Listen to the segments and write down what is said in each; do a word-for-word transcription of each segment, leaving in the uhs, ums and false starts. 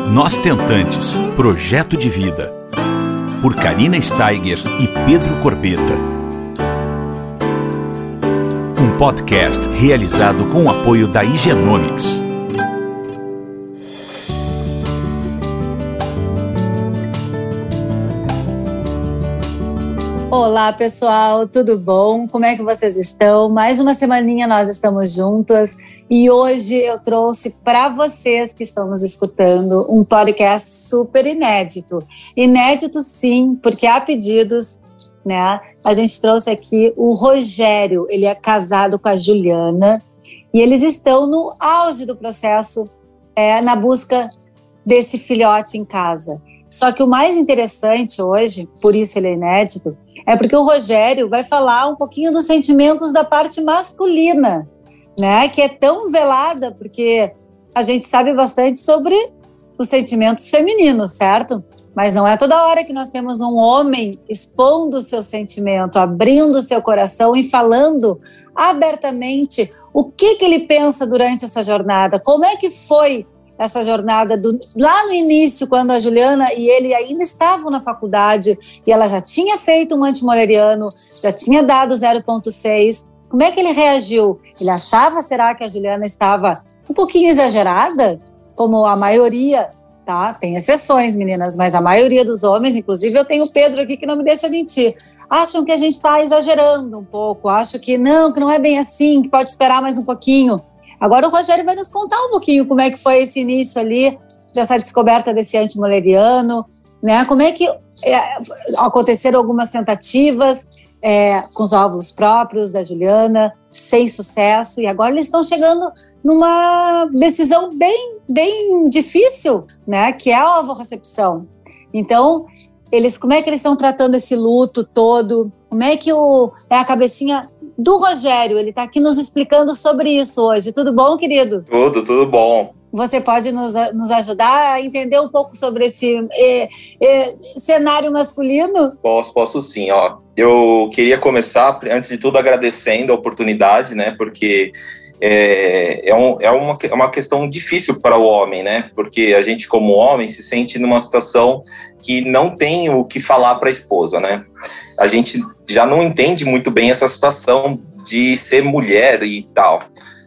Nós Tentantes, Projeto de Vida, por Karina Steiger e Pedro Corbeta. Um podcast realizado com o apoio da Higienomics. Olá pessoal, tudo bom? Como é que vocês estão? Mais uma semaninha nós estamos juntas e hoje eu trouxe para vocês que estão nos escutando um podcast super inédito. Inédito sim, porque há pedidos, né? A gente trouxe aqui o Rogério, ele é casado com a Juliana e eles estão no auge do processo, é, na busca desse filhote em casa. Só que o mais interessante hoje, por isso ele é inédito, é porque o Rogério vai falar um pouquinho dos sentimentos da parte masculina, né? Que é tão velada, porque a gente sabe bastante sobre os sentimentos femininos, certo? Mas não é toda hora que nós temos um homem expondo o seu sentimento, abrindo o seu coração e falando abertamente o que, que ele pensa durante essa jornada, como é que foi essa jornada do, lá no início, quando a Juliana e ele ainda estavam na faculdade e ela já tinha feito um antimoleriano, já tinha dado zero ponto seis. Como é que ele reagiu? Ele achava, será que a Juliana estava um pouquinho exagerada? Como a maioria, tá? Tem exceções, meninas, mas a maioria dos homens, inclusive eu tenho o Pedro aqui que não me deixa mentir, acham que a gente está exagerando um pouco, acham que não, que não é bem assim, que pode esperar mais um pouquinho. Agora o Rogério vai nos contar um pouquinho como é que foi esse início ali, dessa descoberta desse antimoleriano, né? Como é que é, aconteceram algumas tentativas é, com os óvulos próprios da Juliana, sem sucesso, e agora eles estão chegando numa decisão bem, bem difícil, né? Que é a ovorecepção. Então, eles, como é que eles estão tratando esse luto todo? Como é que o, é a cabecinha do Rogério? Ele está aqui nos explicando sobre isso hoje. Tudo bom, querido? Tudo, tudo bom. Você pode nos, nos ajudar a entender um pouco sobre esse eh, eh, cenário masculino? Posso, posso sim. Ó. Eu queria começar, antes de tudo, agradecendo a oportunidade, né? Porque é, é, um, é uma, uma questão difícil para o homem, né? Porque a gente, como homem, se sente numa situação que não tem o que falar para a esposa, né? A gente já não entende muito bem essa situação de ser mulher e tal.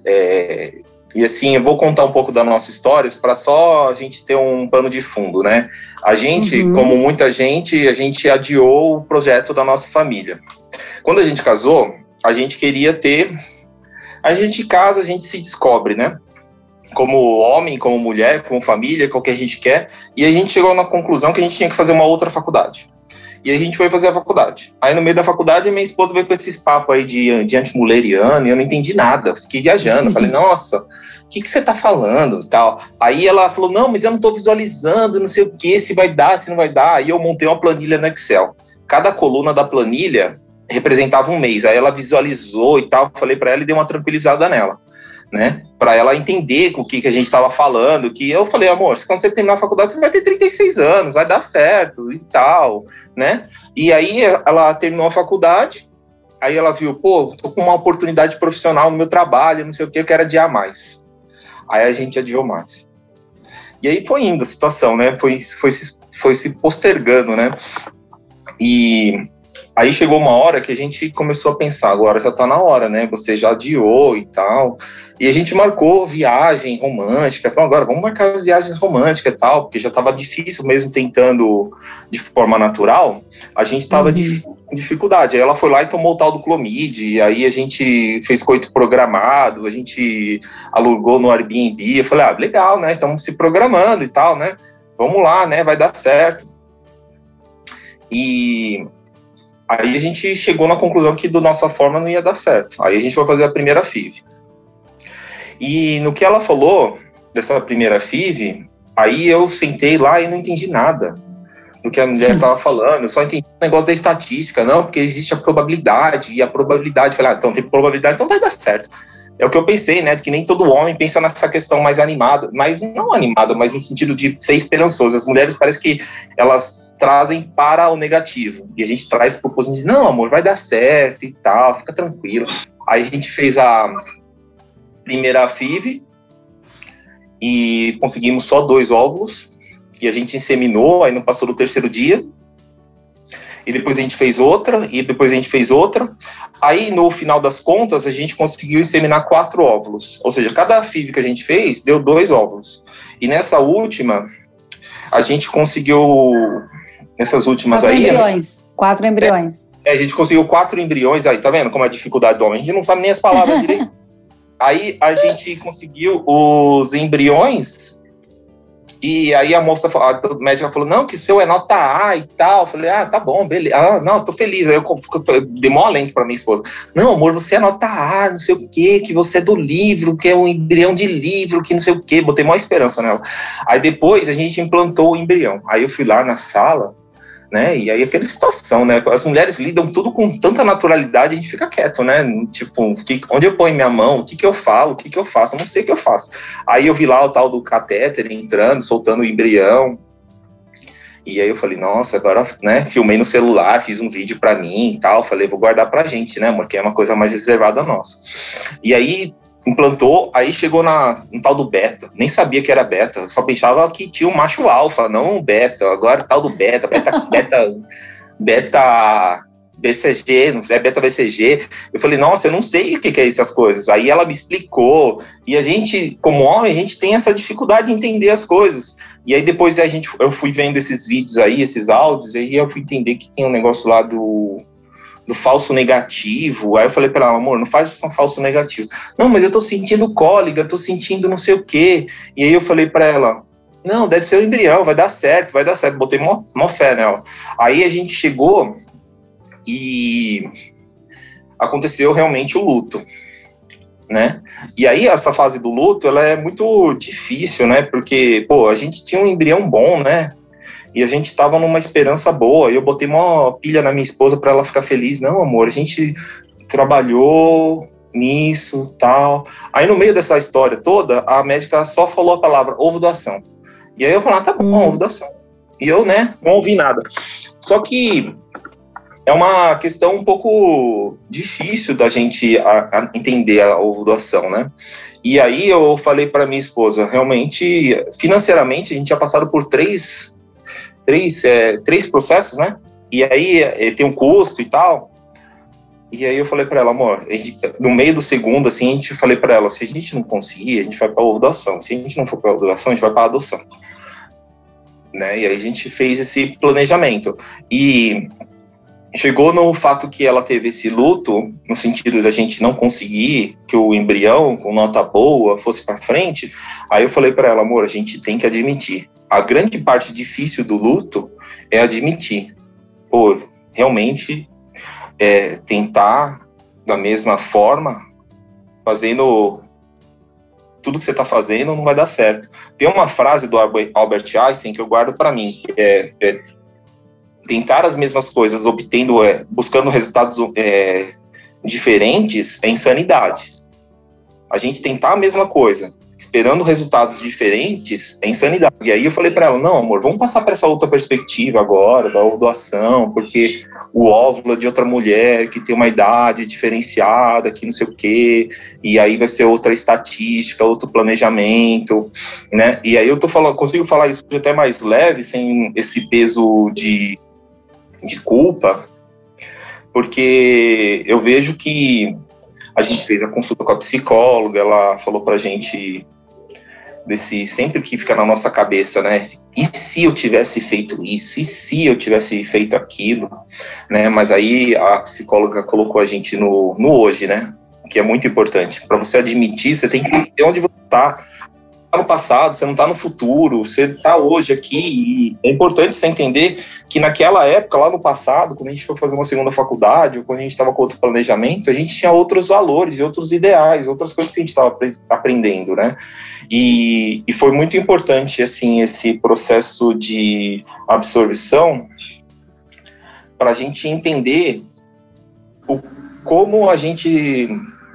É, e assim, eu vou contar um pouco da nossa história para só a gente ter um pano de fundo, né? A gente, uhum. como muita gente, a gente adiou o projeto da nossa família. Quando a gente casou, a gente queria ter... A gente casa, a gente se descobre, né? Como homem, como mulher, como família, qual que a gente quer. E a gente chegou na conclusão que a gente tinha que fazer uma outra faculdade. E a gente foi fazer a faculdade. Aí no meio da faculdade, minha esposa veio com esses papos aí de, de antimoleriano, e eu não entendi nada, fiquei viajando. Falei, nossa, o que, que você tá falando e tal? Aí ela falou, não, mas eu não tô visualizando, não sei o que, se vai dar, se não vai dar. Aí eu montei uma planilha no Excel. Cada coluna da planilha representava um mês. Aí ela visualizou e tal, falei para ela e dei uma tranquilizada nela, né? Para ela entender com o que, que a gente estava falando, que eu falei, amor, quando você terminar a faculdade, você vai ter trinta e seis anos, vai dar certo e tal, né? E aí ela terminou a faculdade, aí ela viu, pô, tô com uma oportunidade profissional no meu trabalho, não sei o que, eu quero adiar mais. Aí a gente adiou mais. E aí foi indo a situação, né? Foi, foi, se, foi se postergando, né? E aí chegou uma hora que a gente começou a pensar, agora já tá na hora, né? Você já adiou e tal. E a gente marcou viagem romântica. Falou, agora vamos marcar as viagens românticas e tal, porque já tava difícil mesmo tentando de forma natural. A gente tava uhum. em dificuldade. Aí ela foi lá e tomou o tal do Clomid. E aí a gente fez coito programado, a gente alugou no Airbnb. Eu falei, ah, legal, né? Estamos se programando e tal, né? Vamos lá, né? Vai dar certo. E aí a gente chegou na conclusão que da nossa forma não ia dar certo. Aí a gente foi fazer a primeira F I V. E no que ela falou dessa primeira F I V, aí eu sentei lá e não entendi nada do que a mulher estava falando. Eu só entendi o negócio da estatística, não, porque existe a probabilidade, e a probabilidade, falei, ah, então tem probabilidade, então vai dar certo. É o que eu pensei, né, que nem todo homem pensa nessa questão mais animada, mas não animada, mas no sentido de ser esperançoso. As mulheres parece que elas trazem para o negativo, e a gente traz para o positivo, não, amor, vai dar certo e tal, fica tranquilo. Aí a gente fez a primeira F I V e conseguimos só dois óvulos, e a gente inseminou, aí não passou do terceiro dia, e depois a gente fez outra, e depois a gente fez outra. Aí, no final das contas, a gente conseguiu inseminar quatro óvulos. Ou seja, cada F I V que a gente fez deu dois óvulos. E nessa última, a gente conseguiu... Nessas últimas quatro aí... Embriões. Quatro embriões. É, a gente conseguiu quatro embriões aí, tá vendo como é a dificuldade do homem? A gente não sabe nem as palavras direito. Aí a gente conseguiu os embriões... E aí a moça, a médica falou, não, que o seu é nota A e tal. Eu falei, ah, tá bom, beleza. Ah, não, tô feliz. Aí eu, eu dei mó alento pra minha esposa. Não, amor, você é nota A, não sei o quê, que você é do livro, que é um embrião de livro, que não sei o quê. Botei maior esperança nela. Aí depois a gente implantou o embrião. Aí eu fui lá na sala, né, e aí aquela situação, né, as mulheres lidam tudo com tanta naturalidade, a gente fica quieto, né, tipo, que, onde eu ponho minha mão, o que que eu falo, o que que eu faço, eu não sei o que eu faço. Aí eu vi lá o tal do catéter entrando, soltando o embrião, e aí eu falei, nossa, agora, né, filmei no celular, fiz um vídeo pra mim e tal, falei, vou guardar pra gente, né, amor, que é uma coisa mais reservada nossa. E aí implantou, aí chegou na, no tal do beta, nem sabia que era beta, só pensava que tinha um macho alfa, não um beta, agora tal do beta, beta, beta, beta B C G, não sei, é beta B C G, eu falei, nossa, eu não sei o que, que é essas coisas, aí ela me explicou, e a gente, como homem, a gente tem essa dificuldade de entender as coisas, e aí depois a gente, eu fui vendo esses vídeos aí, esses áudios, e aí eu fui entender que tem um negócio lá do... do falso negativo. Aí eu falei pra ela, amor, não faz um falso negativo. Não, mas eu tô sentindo cólica, tô sentindo não sei o quê. E aí eu falei pra ela, não, deve ser o embrião, vai dar certo, vai dar certo. Botei mó, mó fé nela. Aí a gente chegou e aconteceu realmente o luto, né? E aí essa fase do luto, ela é muito difícil, né? Porque, pô, a gente tinha um embrião bom, né? E a gente tava numa esperança boa, e eu botei uma pilha na minha esposa para ela ficar feliz. Não, amor, a gente trabalhou nisso, tal. Aí no meio dessa história toda, a médica só falou a palavra ovo doação. E aí eu falei, ah, tá bom, hum. ovo doação. E eu, né, não ouvi nada. Só que é uma questão um pouco difícil da gente a, a entender a ovo doação, né? E aí eu falei para minha esposa, realmente, financeiramente, a gente tinha passado por três... Três, é, três processos, né? E aí é, tem um custo e tal. E aí eu falei pra ela, amor, a gente, no meio do segundo, assim, a gente falei pra ela, se a gente não conseguir, a gente vai pra doação. Se a gente não for pra doação, a gente vai pra adoção. Né? E aí a gente fez esse planejamento. E chegou no fato que ela teve esse luto, no sentido da gente não conseguir que o embrião, com nota boa, fosse pra frente. Aí eu falei pra ela, amor, a gente tem que admitir. A grande parte difícil do luto é admitir. Pô, realmente, é, tentar da mesma forma, fazendo tudo que você está fazendo, não vai dar certo. Tem uma frase do Albert Einstein que eu guardo para mim, que é, é tentar as mesmas coisas, obtendo, é, buscando resultados é, diferentes, é insanidade. A gente tentar a mesma coisa, esperando resultados diferentes, é insanidade. E aí eu falei para ela, não, amor, vamos passar para essa outra perspectiva agora, da doação, porque o óvulo é de outra mulher que tem uma idade diferenciada, que não sei o quê, e aí vai ser outra estatística, outro planejamento, né? E aí eu tô falando, consigo falar isso até mais leve, sem esse peso de, de culpa, porque eu vejo que a gente fez a consulta com a psicóloga, ela falou pra gente desse, sempre que fica na nossa cabeça, né? E se eu tivesse feito isso? E se eu tivesse feito aquilo? Né? Mas aí a psicóloga colocou a gente no, no hoje, né? Que é muito importante. Para você admitir, você tem que ver onde você está. Tá no passado, você não está no futuro, você está hoje aqui, e é importante você entender que naquela época, lá no passado, quando a gente foi fazer uma segunda faculdade, ou quando a gente estava com outro planejamento, a gente tinha outros valores e outros ideais, outras coisas que a gente estava aprendendo, né? E, e foi muito importante, assim, esse processo de absorção para a gente entender o, como a gente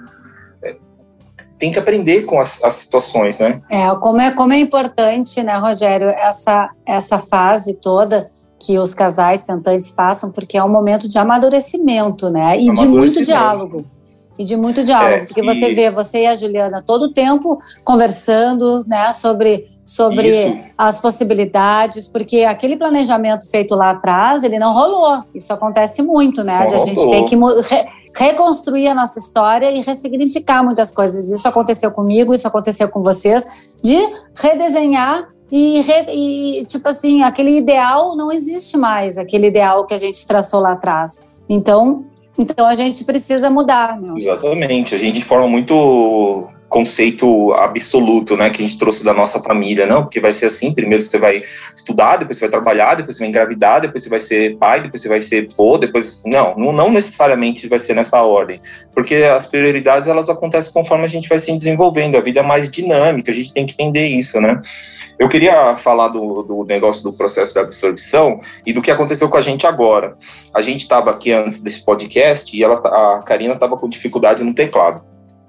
tem que aprender com as, as situações, né? É, como é, como é importante, né, Rogério, essa, essa fase toda que os casais tentantes passam, porque é um momento de amadurecimento, né? E de muito diálogo. E de muito diálogo, é, porque e... você vê você e a Juliana todo o tempo conversando, né, sobre, sobre as possibilidades, porque aquele planejamento feito lá atrás, ele não rolou. Isso acontece muito, né? De a gente tem que re- reconstruir a nossa história e ressignificar muitas coisas. Isso aconteceu comigo, isso aconteceu com vocês, de redesenhar e, re, e tipo assim, aquele ideal não existe mais, aquele ideal que a gente traçou lá atrás. Então... Então a gente precisa mudar. Não? Exatamente, a gente forma muito conceito absoluto, né, que a gente trouxe da nossa família, não, porque vai ser assim, primeiro você vai estudar, depois você vai trabalhar, depois você vai engravidar, depois você vai ser pai, depois você vai ser vô, depois, não, não, não necessariamente vai ser nessa ordem, porque as prioridades, elas acontecem conforme a gente vai se desenvolvendo, a vida é mais dinâmica, a gente tem que entender isso, né. Eu queria falar do, do negócio do processo da absorção e do que aconteceu com a gente agora. A gente estava aqui antes desse podcast e ela, a Karina estava com dificuldade no teclado.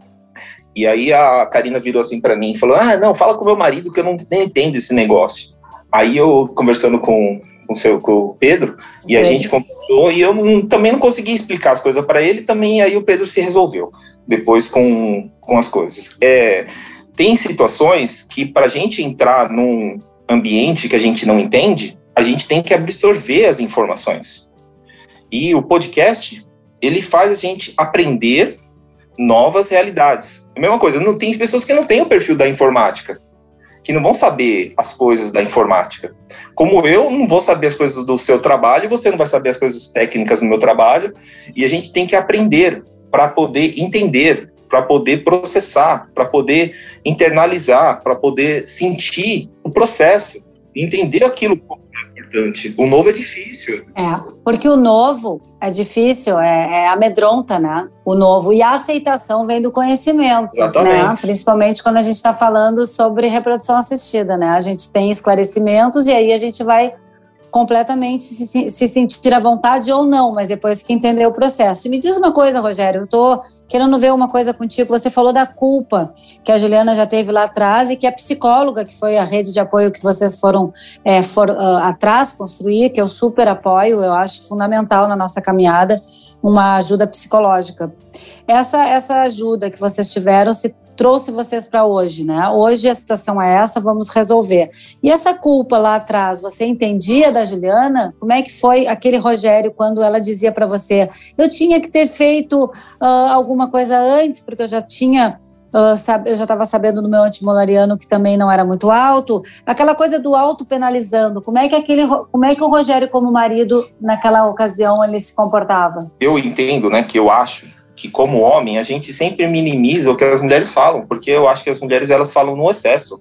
E aí a Karina virou assim para mim e falou, ah, não, fala com meu marido que eu não nem entendo esse negócio. Aí eu, conversando com, com, seu, com o Pedro, e a é. gente conversou, e eu não, também não consegui explicar as coisas para ele, também aí o Pedro se resolveu depois com, com as coisas. É... Tem situações que, para a gente entrar num ambiente que a gente não entende, a gente tem que absorver as informações. E o podcast, ele faz a gente aprender novas realidades. A mesma coisa, não tem pessoas que não têm o perfil da informática, que não vão saber as coisas da informática. Como eu não vou saber as coisas do seu trabalho, você não vai saber as coisas técnicas do meu trabalho, e a gente tem que aprender para poder entender, para poder processar, para poder internalizar, para poder sentir o processo, entender aquilo que é importante. O novo é difícil. É, porque o novo é difícil, é, é amedronta, né? O novo. E a aceitação vem do conhecimento, Exatamente. Né? Principalmente quando a gente está falando sobre reprodução assistida, né? A gente tem esclarecimentos e aí a gente vai completamente se, se sentir à vontade ou não, mas depois que entender o processo. E me diz uma coisa, Rogério, eu tô querendo ver uma coisa contigo. Você falou da culpa que a Juliana já teve lá atrás e que a psicóloga, que foi a rede de apoio que vocês foram é, for, uh, atrás construir, que eu super apoio, eu acho fundamental na nossa caminhada, uma ajuda psicológica. Essa, essa ajuda que vocês tiveram se trouxe vocês para hoje, né? Hoje a situação é essa, vamos resolver. E essa culpa lá atrás, você entendia da Juliana? Como é que foi aquele Rogério quando ela dizia para você, eu tinha que ter feito uh, alguma coisa antes, porque eu já tinha, uh, sab- eu já estava sabendo no meu antimolariano que também não era muito alto, aquela coisa do auto-penalizando, como é que aquele, como é que o Rogério como marido, naquela ocasião, ele se comportava? Eu entendo, né, que eu acho que como homem, a gente sempre minimiza o que as mulheres falam, porque eu acho que as mulheres, elas falam no excesso.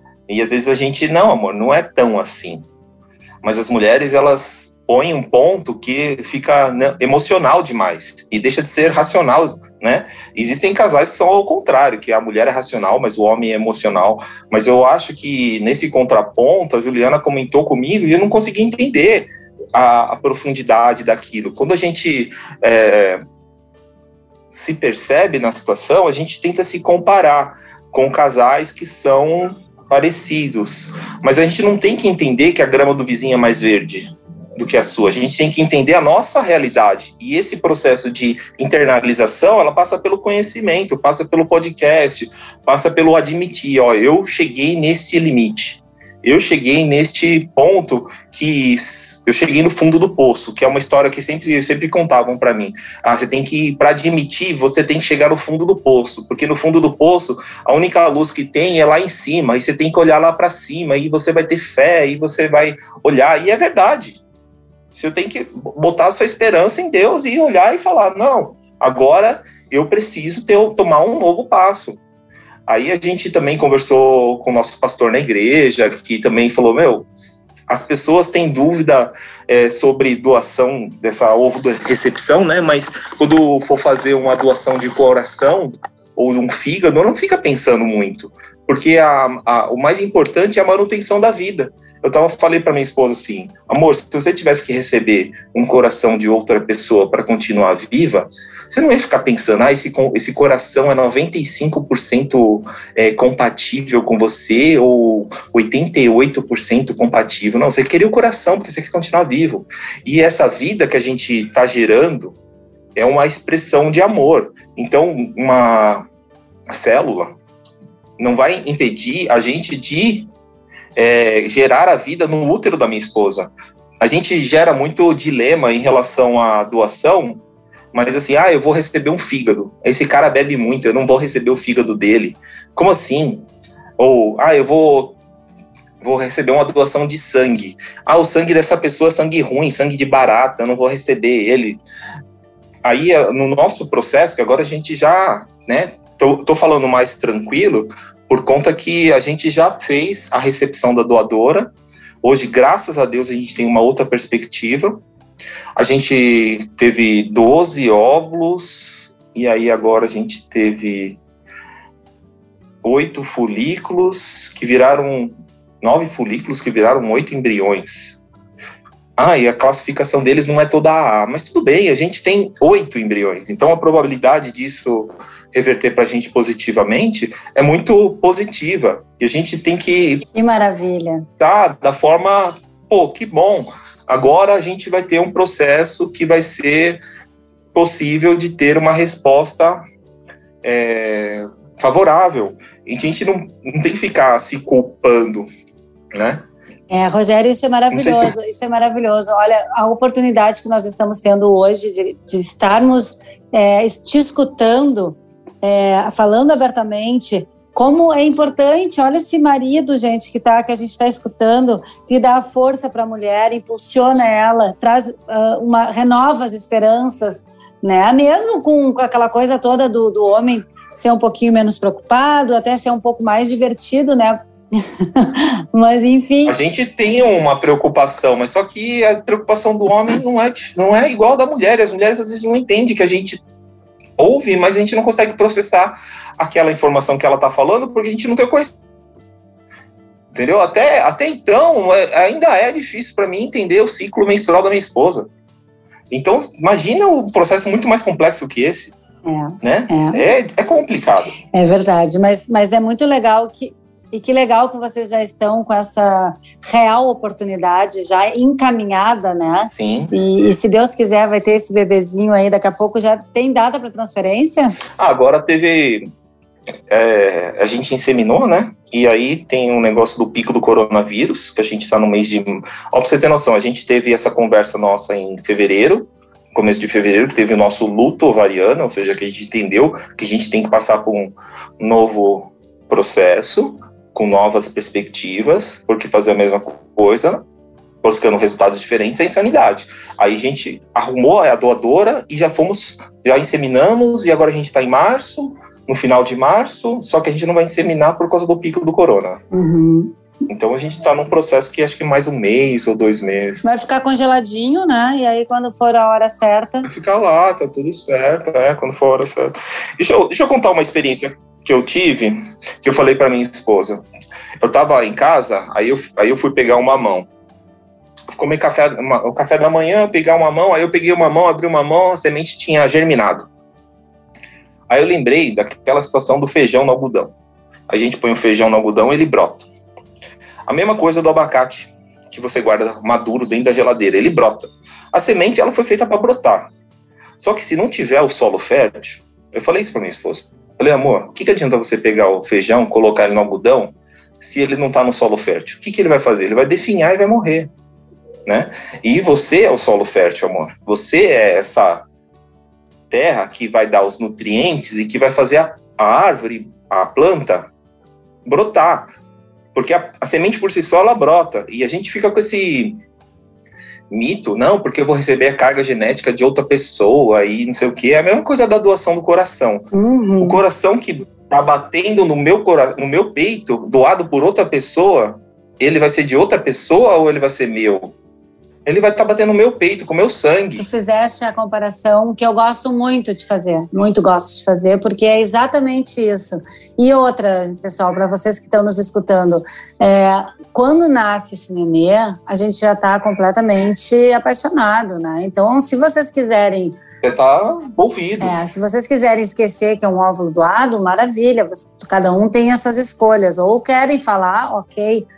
E às vezes a gente, não, amor, não é tão assim. Mas as mulheres, elas põem um ponto que fica, né, emocional demais e deixa de ser racional, né? Existem casais que são ao contrário, que a mulher é racional, mas o homem é emocional. Mas eu acho que nesse contraponto, a Juliana comentou comigo e eu não consegui entender a, a profundidade daquilo. Quando a gente... É, se percebe na situação, a gente tenta se comparar com casais que são parecidos, mas a gente não tem que entender que a grama do vizinho é mais verde do que a sua, a gente tem que entender a nossa realidade, e esse processo de internalização, ela passa pelo conhecimento, passa pelo podcast, passa pelo admitir, ó, eu cheguei nesse limite, eu cheguei neste ponto que eu cheguei no fundo do poço, que é uma história que sempre, sempre contavam para mim. Ah, você tem que, para admitir, você tem que chegar no fundo do poço, porque no fundo do poço, a única luz que tem é lá em cima, e você tem que olhar lá para cima, e você vai ter fé, e você vai olhar, e é verdade. Você tem que botar a sua esperança em Deus e olhar e falar, não, agora eu preciso ter, tomar um novo passo. Aí a gente também conversou com o nosso pastor na igreja, que também falou, meu, as pessoas têm dúvida é, sobre doação dessa ovo de recepção, né? Mas quando for fazer uma doação de coração ou um fígado, não fica pensando muito, porque a, a, o mais importante é a manutenção da vida. Eu tava, falei para minha esposa assim, amor, se você tivesse que receber um coração de outra pessoa para continuar viva, você não ia ficar pensando, ah, esse, esse coração é noventa e cinco por cento é, compatível com você ou oitenta e oito por cento compatível. Não, você queria o coração porque você quer continuar vivo. E essa vida que a gente está gerando, é uma expressão de amor. Então, uma célula não vai impedir a gente de é, gerar a vida no útero da minha esposa. A gente gera muito dilema em relação à doação, mas assim, ah, eu vou receber um fígado. Esse cara bebe muito, eu não vou receber o fígado dele. Como assim? Ou, ah, eu vou, vou receber uma doação de sangue. Ah, o sangue dessa pessoa é sangue ruim, sangue de barata, eu não vou receber ele. Aí, no nosso processo, que agora a gente já, né, tô, tô falando mais tranquilo, por conta que a gente já fez a recepção da doadora. Hoje, graças a Deus, a gente tem uma outra perspectiva. A gente teve doze óvulos, e aí agora a gente teve oito folículos, que viraram, nove folículos que viraram oito embriões. Ah, e a classificação deles não é toda A, mas tudo bem, a gente tem oito embriões, então a probabilidade disso reverter para a gente positivamente é muito positiva, e a gente tem que... Que maravilha! Tá, da forma, pô, que bom, agora a gente vai ter um processo que vai ser possível de ter uma resposta é, favorável, e a gente não, não tem que ficar se culpando, né? É, Rogério, isso é maravilhoso, se... isso é maravilhoso. Olha, a oportunidade que nós estamos tendo hoje de, de estarmos é, te escutando, é, falando abertamente, como é importante. Olha esse marido, gente, que, tá, que a gente está escutando, que dá força para a mulher, impulsiona ela, traz uh, uma, renova as esperanças, né? Mesmo com, com aquela coisa toda do, do homem ser um pouquinho menos preocupado, até ser um pouco mais divertido, né? Mas enfim, a gente tem uma preocupação, mas só que a preocupação do homem não é, não é igual a da mulher. As mulheres às vezes não entendem que a gente ouve, mas a gente não consegue processar aquela informação que ela está falando porque a gente não tem conhecimento, entendeu? Até, até então ainda é difícil para mim entender o ciclo menstrual da minha esposa. Então imagina um processo muito mais complexo que esse, é, né? É. É, é complicado. É verdade, mas, mas é muito legal que E que legal que vocês já estão com essa real oportunidade já encaminhada, né? Sim. E, e se Deus quiser vai ter esse bebezinho aí, daqui a pouco já tem data para transferência? Ah, agora teve... É, a gente inseminou, né? E aí tem um negócio do pico do coronavírus, que a gente está no mês de... Ó, pra você ter noção, a gente teve essa conversa nossa em fevereiro, começo de fevereiro, que teve o nosso luto ovariano, ou seja, que a gente entendeu que a gente tem que passar por um novo processo, com novas perspectivas, porque fazer a mesma coisa, buscando resultados diferentes, é insanidade. Aí a gente arrumou a doadora e já fomos, já inseminamos, e agora a gente está em março, no final de março, só que a gente não vai inseminar por causa do pico do corona. Uhum. Então a gente está num processo que acho que mais um mês ou dois meses. Vai ficar congeladinho, né? E aí quando for a hora certa... Vai ficar lá, tá tudo certo, é, quando for a hora certa. Deixa eu, deixa eu contar uma experiência que eu tive, que eu falei para minha esposa. Eu tava em casa, aí eu, aí eu fui pegar uma mamão. Comer café, uma, o café da manhã, pegar uma mamão, aí eu peguei uma mamão, abri uma mamão, a semente tinha germinado. Aí eu lembrei daquela situação do feijão no algodão. A gente põe o feijão no algodão e ele brota. A mesma coisa do abacate, que você guarda maduro dentro da geladeira, ele brota. A semente, ela foi feita para brotar. Só que se não tiver o solo fértil, eu falei isso para minha esposa. Falei, amor, o que, que adianta você pegar o feijão, colocar ele no algodão, se ele não está no solo fértil? O que, que ele vai fazer? Ele vai definhar e vai morrer, né? E você é o solo fértil, amor. Você é essa terra que vai dar os nutrientes e que vai fazer a, a árvore, a planta, brotar. Porque a, a semente por si só, ela brota. E a gente fica com esse mito, não, porque eu vou receber a carga genética de outra pessoa e não sei o quê. É a mesma coisa da doação do coração. Uhum. O coração que tá batendo no meu, cora- no meu peito, doado por outra pessoa, ele vai ser de outra pessoa ou ele vai ser meu? Ele vai estar tá batendo no meu peito, com o meu sangue. Tu fizeste a comparação que eu gosto muito de fazer, muito gosto de fazer, porque é exatamente isso. E outra, pessoal, para vocês que estão nos escutando, é, quando nasce esse nenê, a gente já está completamente apaixonado, né? Então, se vocês quiserem... Você está envolvido. É, se vocês quiserem esquecer que é um óvulo doado, maravilha, você, cada um tem as suas escolhas. Ou querem falar, ok,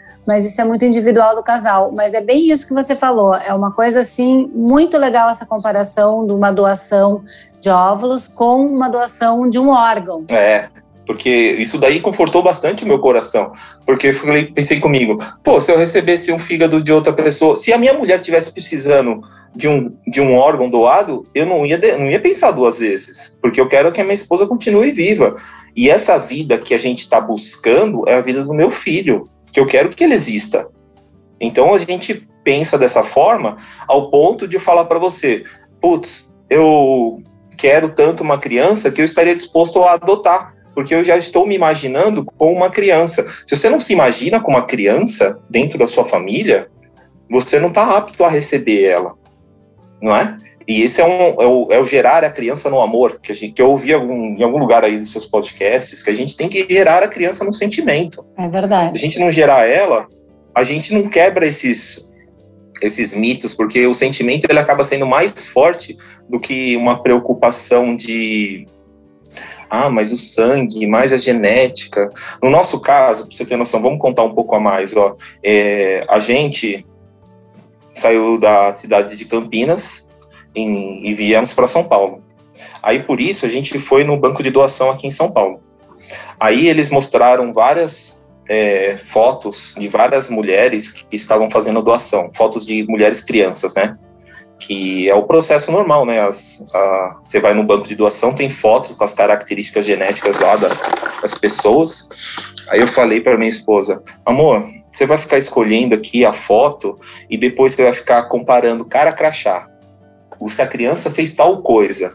mas isso é muito individual do casal. Mas é bem isso que você falou, é uma coisa assim, muito legal essa comparação de uma doação de óvulos com uma doação de um órgão. É, porque isso daí confortou bastante o meu coração, porque eu falei, pensei comigo, pô, se eu recebesse um fígado de outra pessoa, se a minha mulher tivesse precisando de um, de um órgão doado, eu não ia, não ia pensar duas vezes, porque eu quero que a minha esposa continue viva. E essa vida que a gente está buscando é a vida do meu filho, que eu quero que ele exista. Então a gente pensa dessa forma ao ponto de falar para você, putz, eu quero tanto uma criança que eu estaria disposto a adotar, porque eu já estou me imaginando com uma criança. Se você não se imagina com uma criança dentro da sua família, você não está apto a receber ela, não é? E esse é, um, é, o, é o gerar a criança no amor, que, a gente, que eu ouvi algum, em algum lugar aí dos seus podcasts, que a gente tem que gerar a criança no sentimento. É verdade. Se a gente não gerar ela, a gente não quebra esses, esses mitos, porque o sentimento ele acaba sendo mais forte do que uma preocupação de... Ah, mas o sangue, mais a genética. No nosso caso, para você ter noção, vamos contar um pouco a mais. Ó. É, a gente saiu da cidade de Campinas em, e viemos para São Paulo. Aí, por isso, a gente foi no banco de doação aqui em São Paulo. Aí eles mostraram várias é, fotos de várias mulheres que estavam fazendo doação. Fotos de mulheres crianças, né? Que é o processo normal, né? As, a, você vai no banco de doação, tem fotos com as características genéticas lá da, das pessoas. Aí eu falei para minha esposa, amor, você vai ficar escolhendo aqui a foto e depois você vai ficar comparando cara crachá. Se a criança fez tal coisa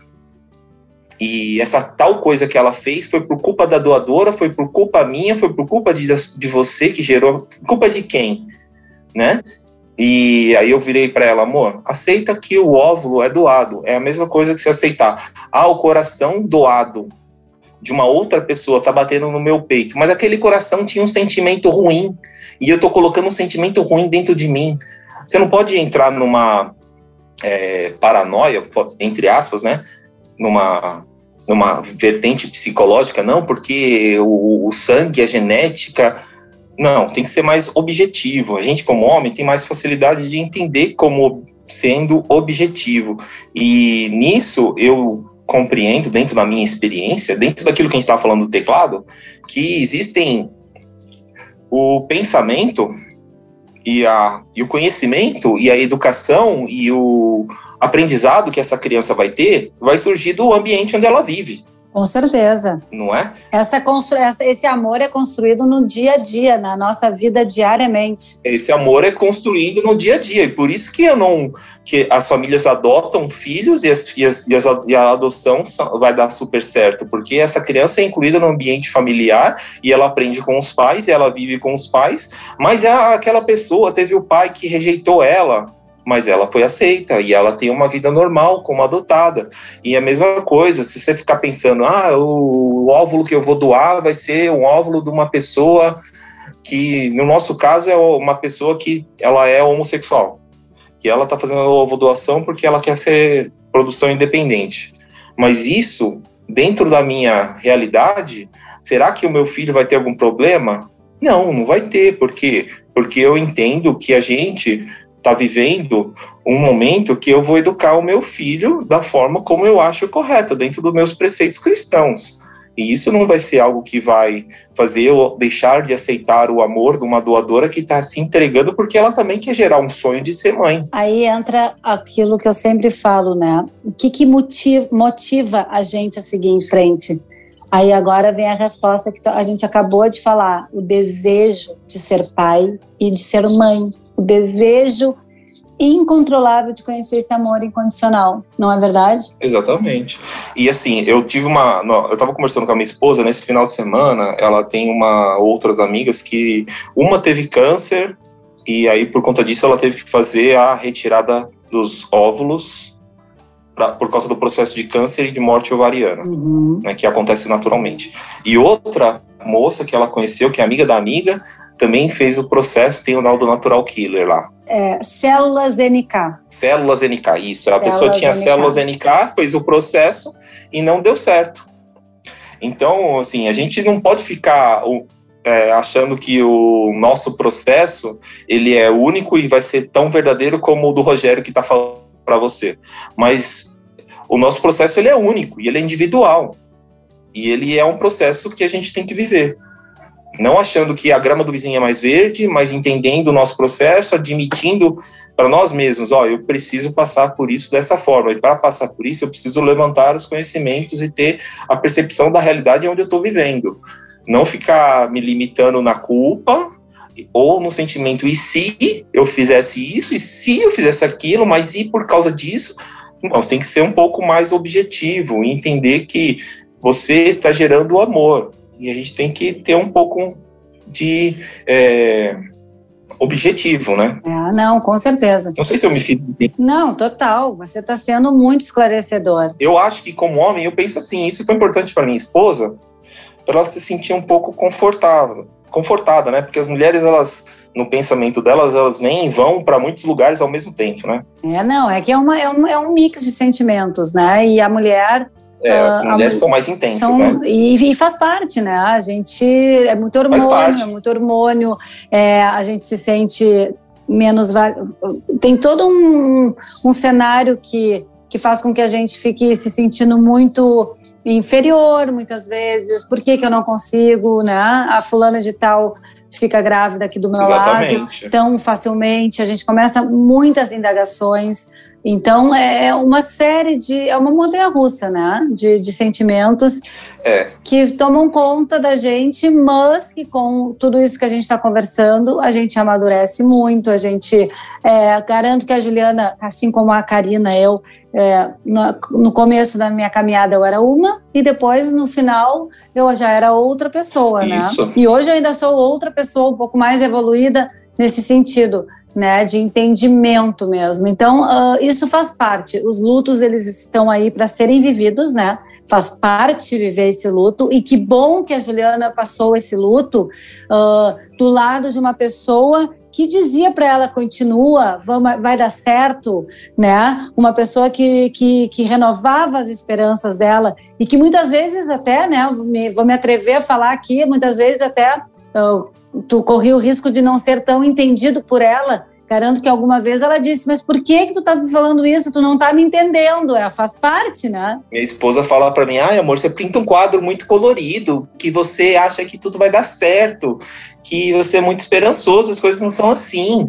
e essa tal coisa que ela fez foi por culpa da doadora, foi por culpa minha, foi por culpa de, de você que gerou, culpa de quem, né? E aí eu virei para ela, amor, aceita que o óvulo é doado. É a mesma coisa que você aceitar. Ah, o coração doado de uma outra pessoa tá batendo no meu peito. Mas aquele coração tinha um sentimento ruim. E eu tô colocando um sentimento ruim dentro de mim. Você não pode entrar numa é, paranoia, entre aspas, né? Numa, numa vertente psicológica, não, porque o, o sangue, a genética... Não, tem que ser mais objetivo. A gente, como homem, tem mais facilidade de entender como sendo objetivo. E nisso eu compreendo, dentro da minha experiência, dentro daquilo que a gente estava falando do teclado, que existem o pensamento e, a, e o conhecimento e a educação e o aprendizado que essa criança vai ter vai surgir do ambiente onde ela vive. Com certeza. Não é? Essa constru... Esse amor é construído no dia a dia, na nossa vida diariamente. Esse amor é construído no dia a dia, e por isso que eu não... que as famílias adotam filhos e, as, e, as, e, as, e a adoção vai dar super certo, porque essa criança é incluída no ambiente familiar e ela aprende com os pais, e ela vive com os pais, mas é aquela pessoa, teve o pai que rejeitou ela, mas ela foi aceita e ela tem uma vida normal como adotada. E a mesma coisa, se você ficar pensando, ah, o óvulo que eu vou doar vai ser um óvulo de uma pessoa que, no nosso caso, é uma pessoa que ela é homossexual, que ela está fazendo a ovodoação porque ela quer ser produção independente. Mas isso, dentro da minha realidade, será que o meu filho vai ter algum problema? Não, não vai ter. Por quê? Porque eu entendo que a gente está vivendo um momento que eu vou educar o meu filho da forma como eu acho correta, dentro dos meus preceitos cristãos. E isso não vai ser algo que vai fazer eu deixar de aceitar o amor de uma doadora que está se entregando porque ela também quer gerar um sonho de ser mãe. Aí entra aquilo que eu sempre falo, né? O que, que motiva, motiva a gente a seguir em frente? Aí agora vem a resposta que a gente acabou de falar, o desejo de ser pai e de ser mãe, o desejo incontrolável de conhecer esse amor incondicional, não é verdade? Exatamente. E assim, eu tive uma... Eu estava conversando com a minha esposa nesse final de semana, ela tem uma outras amigas que uma teve câncer e aí por conta disso ela teve que fazer a retirada dos óvulos pra, por causa do processo de câncer e de morte ovariana, uhum. né, que acontece naturalmente. E outra moça que ela conheceu, que é amiga da amiga, também fez o processo, tem o tal do Natural Killer lá. É, células N K. Células N K, isso. A Células pessoa tinha N K. Células N K, fez o processo e não deu certo. Então, assim, a gente não pode ficar é, achando que o nosso processo, ele é único e vai ser tão verdadeiro como o do Rogério que está falando para você. Mas o nosso processo, ele é único e ele é individual. E ele é um processo que a gente tem que viver. Não achando que a grama do vizinho é mais verde, mas entendendo o nosso processo, admitindo para nós mesmos, ó, eu preciso passar por isso dessa forma. E para passar por isso, eu preciso levantar os conhecimentos e ter a percepção da realidade onde eu estou vivendo. Não ficar me limitando na culpa ou no sentimento, e se eu fizesse isso, e se eu fizesse aquilo, mas e por causa disso? Não, você tem que ser um pouco mais objetivo e entender que você está gerando amor. E a gente tem que ter um pouco de é, objetivo, né? É, não, com certeza. Não sei se eu me fiz bem. Não, total. Você está sendo muito esclarecedor. Eu acho que, como homem, eu penso assim, isso foi importante para minha esposa, para ela se sentir um pouco confortável, confortada, né? Porque as mulheres, elas, no pensamento delas, elas vêm e vão para muitos lugares ao mesmo tempo, né? É, não, é que é, uma, é, um, é um mix de sentimentos, né? E a mulher... É, as uh, mulheres são mais intensas, são, né? E, e faz parte, né? A gente... É muito hormônio, é muito hormônio, é, a gente se sente menos... Tem todo um, um cenário que, que faz com que a gente fique se sentindo muito... inferior, muitas vezes, por que que eu não consigo, né? A fulana de tal fica grávida aqui do meu Exatamente. lado tão facilmente, a gente começa muitas indagações, então é uma série de, é uma montanha-russa, né? De, de sentimentos é. que tomam conta da gente, mas que com tudo isso que a gente está conversando, a gente amadurece muito, a gente, é, garanto que a Juliana, assim como a Karina, eu, É, no, no começo da minha caminhada eu era uma e depois no final eu já era outra pessoa, Isso. né? E hoje eu ainda sou outra pessoa um pouco mais evoluída nesse sentido, né? De entendimento mesmo. Então uh, isso faz parte. Os lutos, eles estão aí para serem vividos, né? Faz parte viver esse luto, e que bom que a Juliana passou esse luto uh, do lado de uma pessoa que dizia para ela, continua, vamos, vai dar certo, né? Uma pessoa que, que, que renovava as esperanças dela e que muitas vezes até, né? Me, vou me atrever a falar aqui, muitas vezes até uh, tu corria o risco de não ser tão entendido por ela. Garanto que alguma vez ela disse, mas por que que tu tá me falando isso? Tu não tá me entendendo, é, faz parte, né? Minha esposa fala pra mim, ai amor, você pinta um quadro muito colorido, que você acha que tudo vai dar certo, que você é muito esperançoso, as coisas não são assim.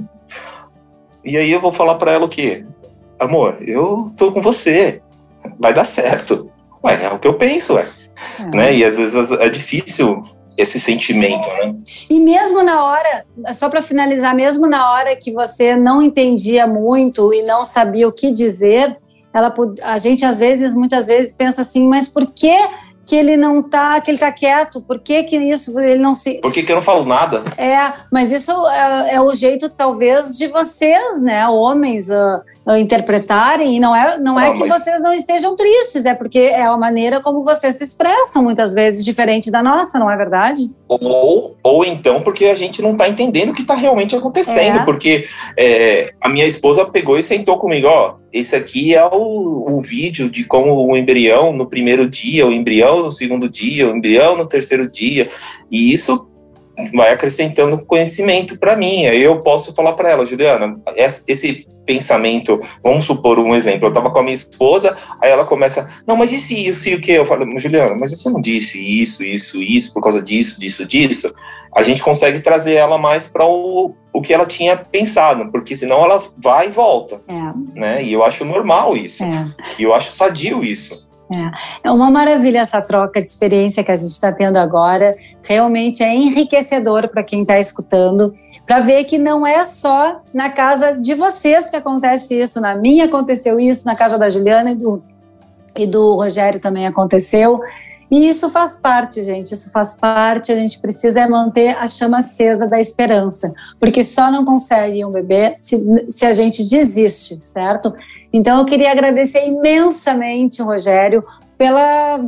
E aí eu vou falar pra ela o quê? Amor, eu tô com você, vai dar certo. Ué, é o que eu penso, ué. É. Né? E às vezes é difícil esse sentimento, né? E mesmo na hora, só para finalizar, mesmo na hora que você não entendia muito e não sabia o que dizer, ela, a gente às vezes, muitas vezes pensa assim, mas por que que ele não tá, que ele tá quieto? Por que que isso, ele não se... Por que que eu não falo nada? É, mas isso é, é o jeito, talvez, de vocês, né, homens, uh, uh, interpretarem, e não é, não, não é que mas... vocês não estejam tristes, é porque é a maneira como vocês se expressam, muitas vezes, diferente da nossa, não é verdade? Ou, ou então porque a gente não tá entendendo o que tá realmente acontecendo, é. porque é, a minha esposa pegou e sentou comigo, ó, esse aqui é o, o vídeo de como o embrião no primeiro dia, o embrião no segundo dia, o embrião no terceiro dia, e isso vai acrescentando conhecimento para mim. Aí eu posso falar para ela, Juliana, esse pensamento, vamos supor um exemplo, eu tava com a minha esposa, aí ela começa, não, mas e se, e se o que? Eu falo, Juliana, mas você não disse isso, isso, isso, por causa disso, disso, disso? A gente consegue trazer ela mais para o, o que ela tinha pensado, porque senão ela vai e volta, é. né? E eu acho normal isso, é. e eu acho sadio isso. É. é uma maravilha essa troca de experiência que a gente está tendo agora, realmente é enriquecedor para quem está escutando, para ver que não é só na casa de vocês que acontece isso, na minha aconteceu isso, na casa da Juliana e do, e do Rogério também aconteceu, e isso faz parte, gente, isso faz parte, a gente precisa manter a chama acesa da esperança, porque só não consegue um bebê se, se a gente desiste, certo? Então, eu queria agradecer imensamente, Rogério, pela,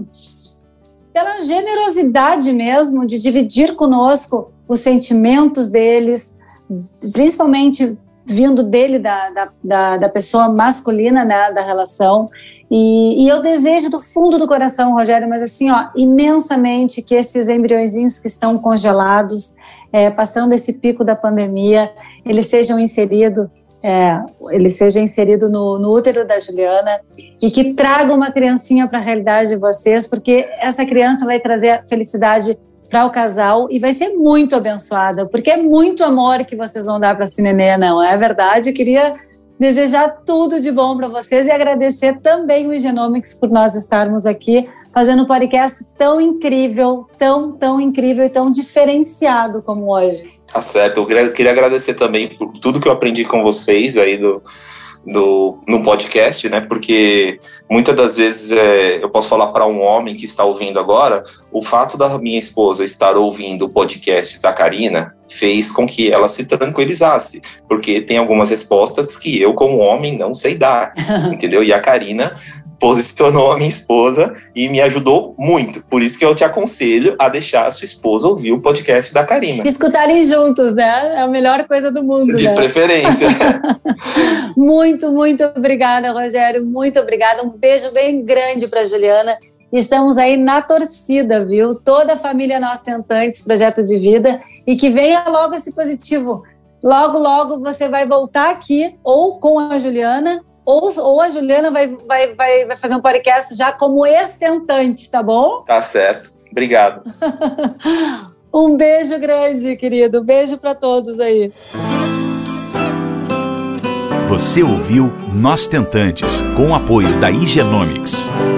pela generosidade mesmo de dividir conosco os sentimentos deles, principalmente vindo dele, da, da, da, da pessoa masculina, né, da relação. E, e eu desejo do fundo do coração, Rogério, mas assim, ó, imensamente que esses embriõezinhos que estão congelados, é, passando esse pico da pandemia, eles sejam inseridos, é, ele seja inserido no, no útero da Juliana e que traga uma criancinha para a realidade de vocês, porque essa criança vai trazer felicidade para o casal e vai ser muito abençoada, porque é muito amor que vocês vão dar para esse nenê, não é verdade? Queria desejar tudo de bom para vocês e agradecer também o Igenomics por nós estarmos aqui fazendo um podcast tão incrível, tão, tão incrível e tão diferenciado como hoje. Tá certo, eu queria agradecer também por tudo que eu aprendi com vocês aí do, do, no podcast, né, porque muitas das vezes é, eu posso falar para um homem que está ouvindo agora, o fato da minha esposa estar ouvindo o podcast da Karina fez com que ela se tranquilizasse, porque tem algumas respostas que eu como homem não sei dar, entendeu? E a Karina posicionou a minha esposa e me ajudou muito. Por isso que eu te aconselho a deixar a sua esposa ouvir o podcast da Karina. Escutarem juntos, né? É a melhor coisa do mundo, De né? preferência. Muito, muito obrigada, Rogério. Muito obrigada. Um beijo bem grande para Juliana. Estamos aí na torcida, viu? Toda a família Nós Tentantes, Projeto de Vida. E que venha logo esse positivo. Logo, logo você vai voltar aqui, ou com a Juliana, Ou, ou a Juliana vai, vai, vai, vai fazer um podcast já como ex-tentante, tá bom? Tá certo. Obrigado. Um beijo grande, querido. Beijo para todos aí. Você ouviu Nós Tentantes, com o apoio da Igenomics.